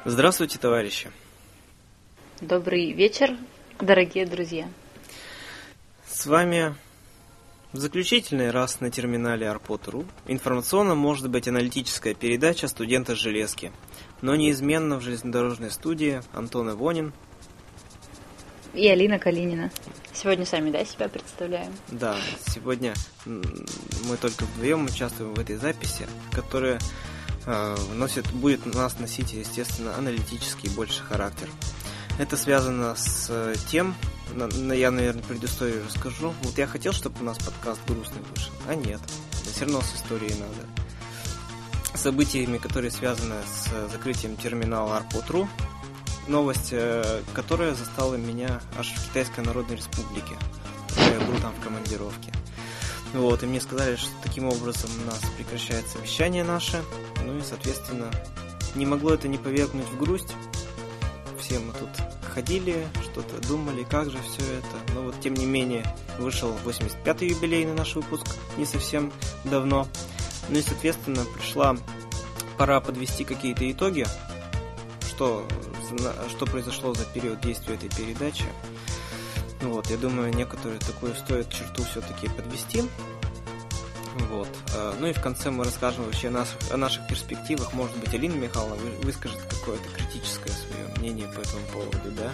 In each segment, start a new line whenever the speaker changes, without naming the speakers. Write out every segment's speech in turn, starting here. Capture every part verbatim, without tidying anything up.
Здравствуйте, товарищи!
Добрый вечер, дорогие друзья!
С вами в заключительный раз на терминале арпод точка ру информационно может быть аналитическая передача «Студента железки», но неизменно в железнодорожной студии Антон Ивонин
и Алина Калинина. Сегодня сами, да, себя представляем?
Да, сегодня мы только вдвоем участвуем в этой записи, которая э, носит, будет у нас носить, естественно, аналитический больше характер. Это связано с тем, я, наверное, предысторию расскажу. Вот я хотел, чтобы у нас подкаст грустный вышел, а нет, все равно с историей надо. Событиями, которые связаны с закрытием терминала арпод точка ру, новость, которая застала меня аж в Китайской Народной Республике, когда я был там в командировке. Вот, и мне сказали, что таким образом у нас прекращается вещание наше, ну и, соответственно, не могло это не повергнуть в грусть. Все мы тут ходили, что-то думали, как же все это. Но вот, тем не менее, вышел восемьдесят пятый юбилейный наш выпуск не совсем давно. Ну и, соответственно, пришла пора подвести какие-то итоги, что, что произошло за период действия этой передачи. Вот, я думаю, некоторые такую стоит черту все-таки подвести. Вот. Ну и в конце мы расскажем вообще о, нас, о наших перспективах. Может быть, Алина Михайловна выскажет какое-то критическое свое мнение по этому поводу, да?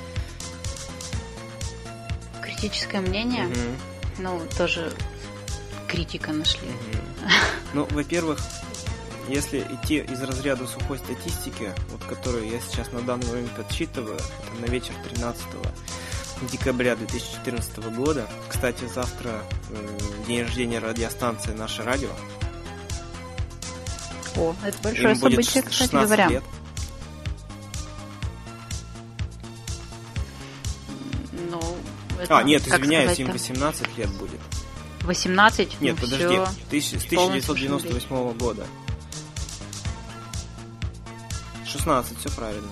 Критическое мнение?
Угу.
Ну, тоже критика нашли.
Угу. Ну, во-первых, если идти из разряда сухой статистики, вот которую я сейчас на данный момент подсчитываю, это на вечер тринадцатого декабря две тысячи четырнадцатого года. Кстати, завтра э, день рождения радиостанции «Наше радио».
О, это большое событие, кстати говоря.
Лет.
Ну, это,
а, нет, извиняюсь, им восемнадцать лет будет.
восемнадцать?
Нет,
ну,
подожди, тысяча девятьсот девяносто восьмого года. шестнадцать, все правильно.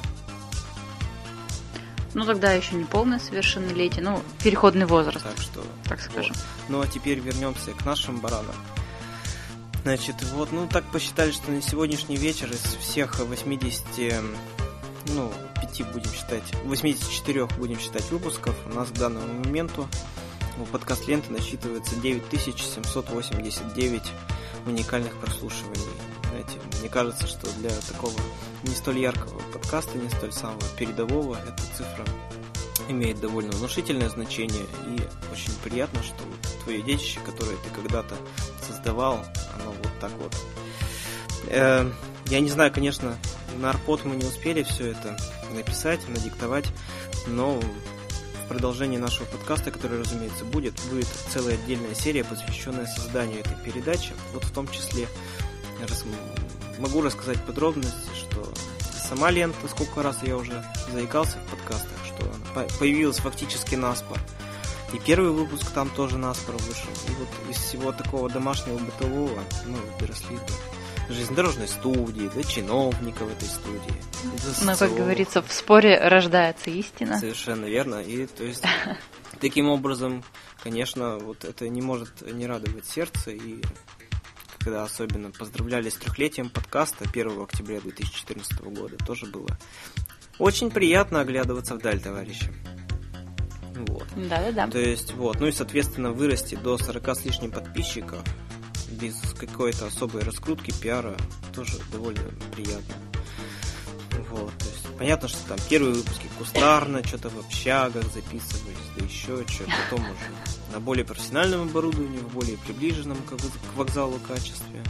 Ну, тогда еще не полное совершеннолетие, ну, переходный возраст,
так, что,
так скажем.
Вот. Ну, а теперь вернемся к нашим баранам. Значит, вот, ну, так посчитали, что на сегодняшний вечер из всех восьмидесяти, ну, пяти будем считать, восьмидесяти четырёх будем считать выпусков, у нас к данному моменту у подкаст-ленты насчитывается девять тысяч семьсот восемьдесят девять уникальных прослушиваний. Знаете, мне кажется, что для такого не столь яркого подкаста, не столь самого передового, эта цифра имеет довольно внушительное значение, и очень приятно, что твое детище, которое ты когда-то создавал, оно вот так вот. Э, я не знаю, конечно, на арпод мы не успели все это написать, надиктовать, но в продолжении нашего подкаста, который, разумеется, будет, будет целая отдельная серия, посвященная созданию этой передачи. Вот в том числе рас... могу рассказать подробности, что сама лента, сколько раз я уже заикался в подкастах, что она появилась фактически наспор. И первый выпуск там тоже наспор вышел. И вот из всего такого домашнего бытового мы доросли до железнодорожной студии, до чиновника в этой студии.
Ну, как говорится, в споре рождается истина.
Совершенно верно. И то есть таким образом, конечно, вот это не может не радовать сердце. И когда особенно поздравляли с трехлетием подкаста первого октября две тысячи четырнадцатого года, тоже было очень приятно оглядываться вдаль, товарищи. Вот.
Да-да-да.
То есть, вот, ну и, соответственно, вырасти до сорока с лишним подписчиков без какой-то особой раскрутки, пиара, тоже довольно приятно. Вот, то есть, понятно, что там первые выпуски кустарно, что-то в общагах записывались, да еще что-то, потом уже на более профессиональном оборудовании, в более приближенном к вокзалу качестве.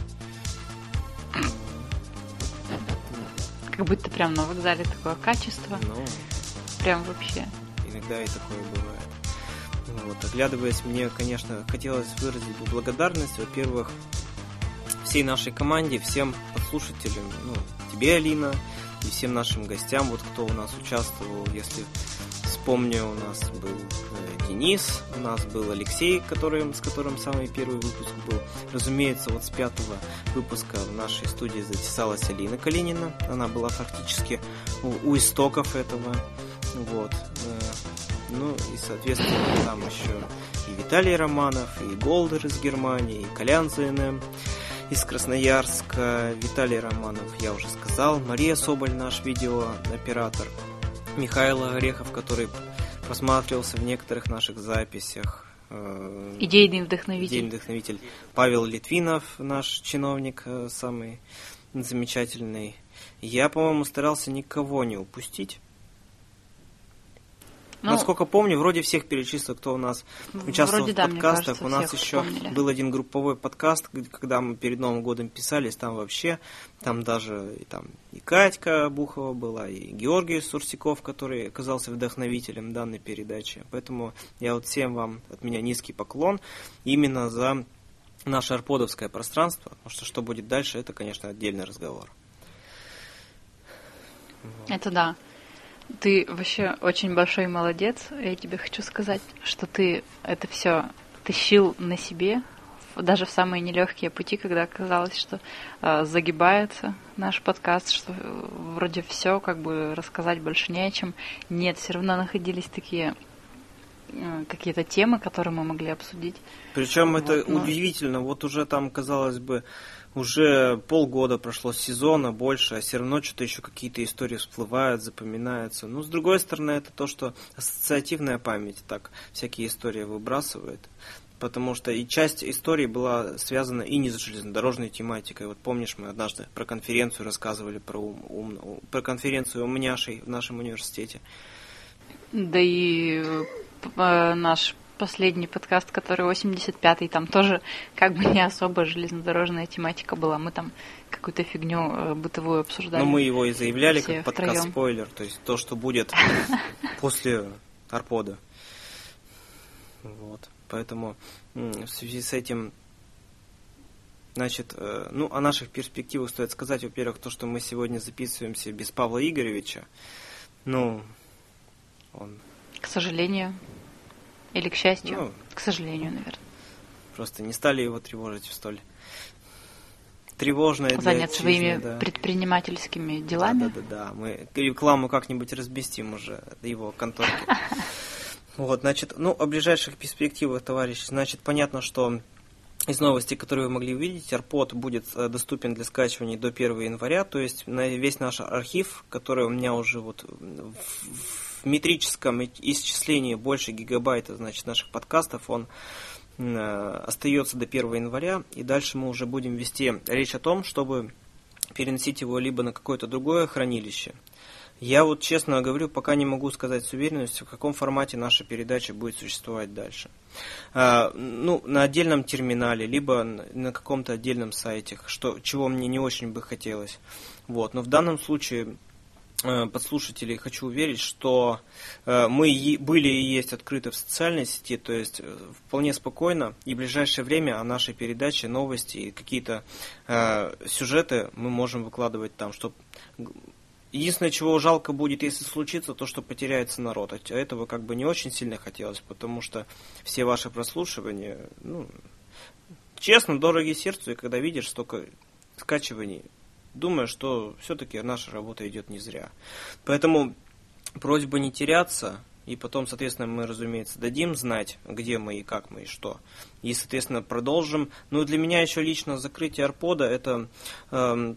Как будто прям на вокзале такое качество.
Ну,
прям вообще.
Иногда и такое бывает. Вот, оглядываясь, мне, конечно, хотелось выразить благодарность, во-первых, всей нашей команде, всем подслушателям, ну, тебе, Алина, и всем нашим гостям, вот кто у нас участвовал. Если вспомню, у нас был э, Денис, у нас был Алексей, который, с которым самый первый выпуск был. Разумеется, вот с пятого выпуска в нашей студии затесалась Алина Калинина. Она была фактически у, у истоков этого. Вот. Ну и, соответственно, там еще и Виталий Романов, и Голдер из Германии, и Колян ЗНМ, из Красноярска, Виталий Романов, я уже сказал, Мария Соболь, наш видеооператор, Михаил Орехов, который просматривался в некоторых наших записях.
Идейный вдохновитель.
Идейный вдохновитель. Павел Литвинов, наш чиновник, самый замечательный. Я, по-моему, старался никого не упустить. Ну, насколько помню, вроде всех перечислил, кто у нас участвовал вроде, в подкастах. Да, кажется, у нас еще вспомнили. Был один групповой подкаст, когда мы перед Новым годом писались, там вообще, там даже и, там, и Катька Бухова была, и Георгий Сурсиков, который оказался вдохновителем данной передачи. Поэтому я вот всем вам от меня низкий поклон именно за наше арподовское пространство, потому что что будет дальше, это, конечно, отдельный разговор.
Вот. Это да. Ты вообще очень большой молодец. Я тебе хочу сказать, что ты это все тащил на себе, даже в самые нелегкие пути, когда казалось, что э, загибается наш подкаст, что вроде все, как бы рассказать больше не о чем. Нет, все равно находились такие э, какие-то темы, которые мы могли обсудить.
Причем вот, это но... удивительно. Вот уже там, казалось бы, уже полгода прошло сезона, больше, а все равно что-то еще какие-то истории всплывают, запоминаются. Ну, с другой стороны, это то, что ассоциативная память так всякие истории выбрасывает. Потому что и часть истории была связана и не с железнодорожной тематикой. Вот помнишь, мы однажды про конференцию рассказывали, про, ум, ум, про конференцию умняшей в нашем университете.
Да и э, наш... последний подкаст, который восемьдесят пятый, там тоже как бы не особо железнодорожная тематика была. Мы там какую-то фигню бытовую обсуждали.
Но мы его и заявляли как подкаст-спойлер, то есть то, что будет после Арпода. Вот. Поэтому в связи с этим, значит, ну, о наших перспективах стоит сказать, во-первых, то, что мы сегодня записываемся без Павла Игоревича. Ну, он...
К сожалению... Или к счастью? Ну, к сожалению, наверное.
Просто не стали его тревожить в столь тревожное
занят
для
своими
жизни, да.
предпринимательскими делами.
Да, да, да, да. Мы рекламу как-нибудь разбестим уже его конторки. Вот, значит, ну, о ближайших перспективах, товарищи, значит, понятно, что из новостей, которые вы могли увидеть, Арпод будет доступен для скачивания до первого января, то есть на весь наш архив, который у меня уже вот в, в метрическом исчислении больше гигабайта, значит, наших подкастов, он э, остается до первого января, и дальше мы уже будем вести речь о том, чтобы переносить его либо на какое-то другое хранилище. Я вот честно говорю, пока не могу сказать с уверенностью, в каком формате наша передача будет существовать дальше. А, ну, на отдельном терминале, либо на каком-то отдельном сайте, что, чего мне не очень бы хотелось. Вот. Но в данном случае подслушателей хочу уверить, что мы были и есть открыты в социальной сети, то есть вполне спокойно и в ближайшее время о нашей передаче, новости и какие-то э, сюжеты мы можем выкладывать там, чтобы... Единственное, чего жалко будет, если случится, то, что потеряется народ. А этого как бы не очень сильно хотелось, потому что все ваши прослушивания, ну, честно, дороги сердцу, и когда видишь столько скачиваний, думаю, что все-таки наша работа идет не зря. Поэтому просьба не теряться, и потом, соответственно, мы, разумеется, дадим знать, где мы и как мы и что. И, соответственно, продолжим. Ну, для меня еще лично закрытие Арпода – это... Эм,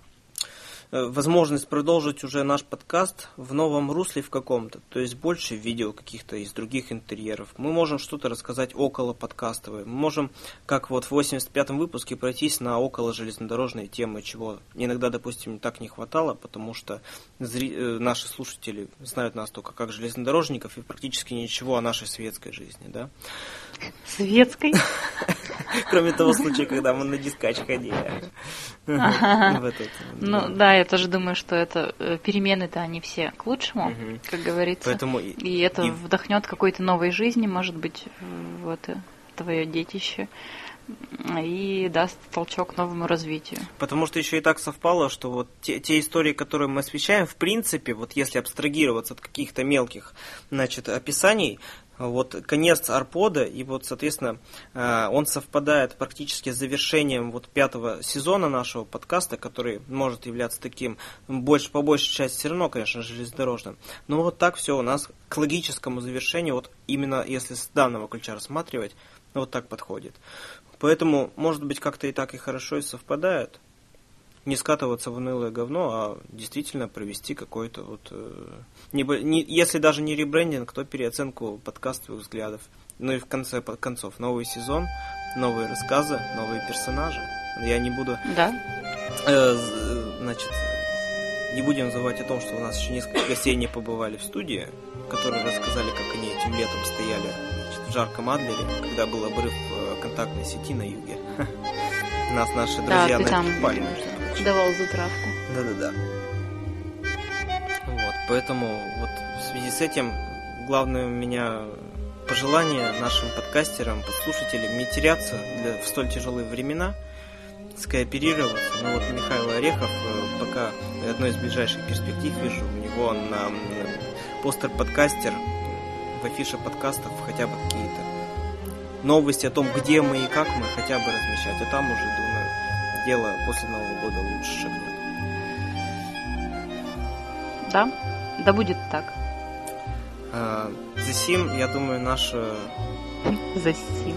возможность продолжить уже наш подкаст в новом русле в каком-то, то есть больше видео каких-то из других интерьеров. Мы можем что-то рассказать около подкастовое. Мы можем, как вот в восемьдесят пятом выпуске, пройтись на около железнодорожные темы, чего иногда, допустим, так не хватало, потому что зри... наши слушатели знают нас только как железнодорожников и практически ничего о нашей светской жизни, да?
Светской?
Кроме того случая, когда мы на дискач ходили.
Ну да, я тоже думаю, что это перемены-то они все к лучшему, как говорится. И это вдохнет какой-то новой жизни, может быть, в твое детище. И даст толчок новому развитию.
Потому что еще и так совпало, что вот те, те истории, которые мы освещаем, в принципе, вот если абстрагироваться от каких-то мелких, значит, описаний, вот конец Арпода, и вот, соответственно, он совпадает практически с завершением вот пятого сезона нашего подкаста, который может являться таким, больше, по большей части все равно, конечно, железнодорожным. Но вот так все у нас к логическому завершению, вот именно если с данного ключа рассматривать, вот так подходит. Поэтому, может быть, как-то и так и хорошо и совпадает. Не скатываться в унылое говно, а действительно провести какой-то вот... Э, не, не, если даже не ребрендинг, то переоценку подкастовых взглядов. Ну и в конце концов, новый сезон, новые рассказы, новые персонажи. Я не буду...
Да.
Э, значит, не будем забывать о том, что у нас еще несколько гостей не побывали в студии, которые рассказали, как они этим летом стояли, значит, в жарком Адлере, когда был обрыв контактной сети на юге. Нас наши друзья
да,
накипали.
Давал затравку.
Да-да-да. Вот, поэтому вот в связи с этим главное у меня пожелание нашим подкастерам, подслушателям не теряться для, в столь тяжелые времена, скооперироваться. Ну вот Михаил Орехов, пока одной из ближайших перспектив вижу, у него на, на постер-подкастер в афише подкастов хотя бы какие-то новости о том, где мы и как мы, хотя бы размещать. А там уже, думаю, дело после Нового года лучше шагнет.
Да, да будет так.
А, засим, я думаю, наша...
Засим.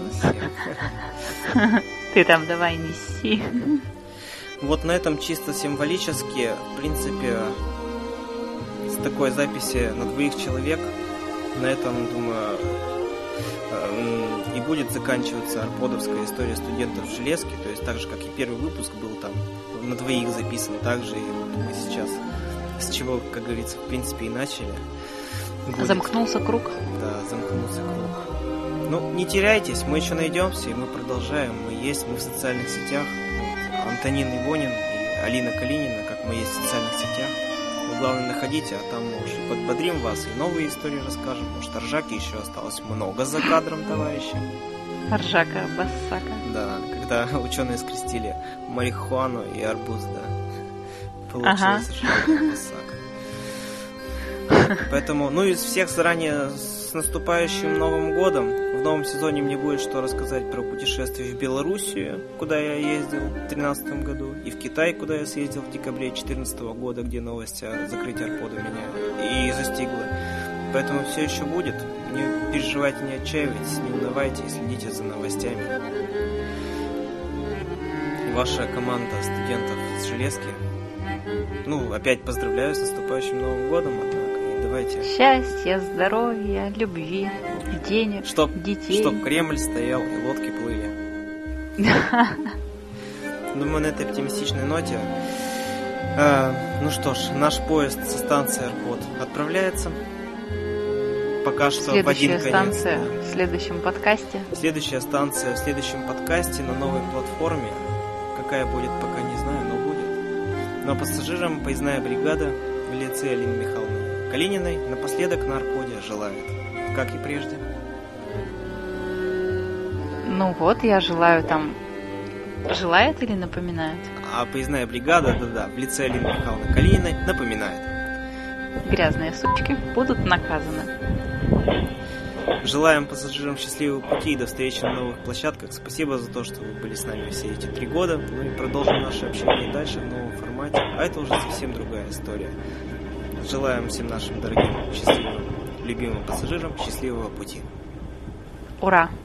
Ты там давай неси.
Вот на этом чисто символически, в принципе, с такой записи на двоих человек, на этом, думаю, и будет заканчиваться арподовская история студентов в Железке. То есть так же, как и первый выпуск был там на двоих записан, так же и вот мы сейчас, с чего, как говорится, в принципе и начали. Будет...
Замкнулся круг.
Да, замкнулся круг. Ну, не теряйтесь, мы еще найдемся, и мы продолжаем. Мы есть, мы в социальных сетях. Вот, Антонин Ивонин и Алина Калинина, как мы есть в социальных сетях. Вы, главное, находите, а там мы уже подбодрим вас и новые истории расскажем. Может, Ржаки еще осталось много за кадром, товарищи.
Ржака, басака.
Да, когда ученые скрестили марихуану и арбуз, да. Получилось
ага.
Ржака, басака. Поэтому, ну, из всех заранее с наступающим Новым годом. В новом сезоне мне будет что рассказать про путешествие в Белоруссию, куда я ездил в две тысячи тринадцатом году, и в Китай, куда я съездил в декабре две тысячи четырнадцатого года, где новость о закрытии Арпода меня и застигла. Поэтому все еще будет. Не переживайте, не отчаивайтесь, не унывайте и следите за новостями. Ваша команда студентов с Железки. Ну, опять поздравляю с наступающим Новым годом, однако. И давайте...
Счастья, здоровья, любви, денег,
чтоб,
детей.
Чтоб Кремль стоял и лодки плыли. Думаю, на этой оптимистичной ноте... Э, ну что ж, наш поезд со станции Арпод отправляется. Пока что в один конец.
Следующая станция в следующем подкасте.
Следующая станция в следующем подкасте на новой платформе. Какая будет, пока не знаю, но будет. Но пассажирам поездная бригада в лице Алины Михайловны Калининой напоследок на Арподе желает, как и прежде.
Ну вот, я желаю там... Желает или напоминает?
А поездная бригада, да-да, в лице Алины Михайловны Калининой напоминает.
Грязные сучки будут наказаны.
Желаем пассажирам счастливого пути и до встречи на новых площадках. Спасибо за то, что вы были с нами все эти три года. Ну и продолжим наше общение дальше в новом формате. А это уже совсем другая история. Желаем всем нашим дорогим, счастливым, любимым пассажирам счастливого пути.
Ура!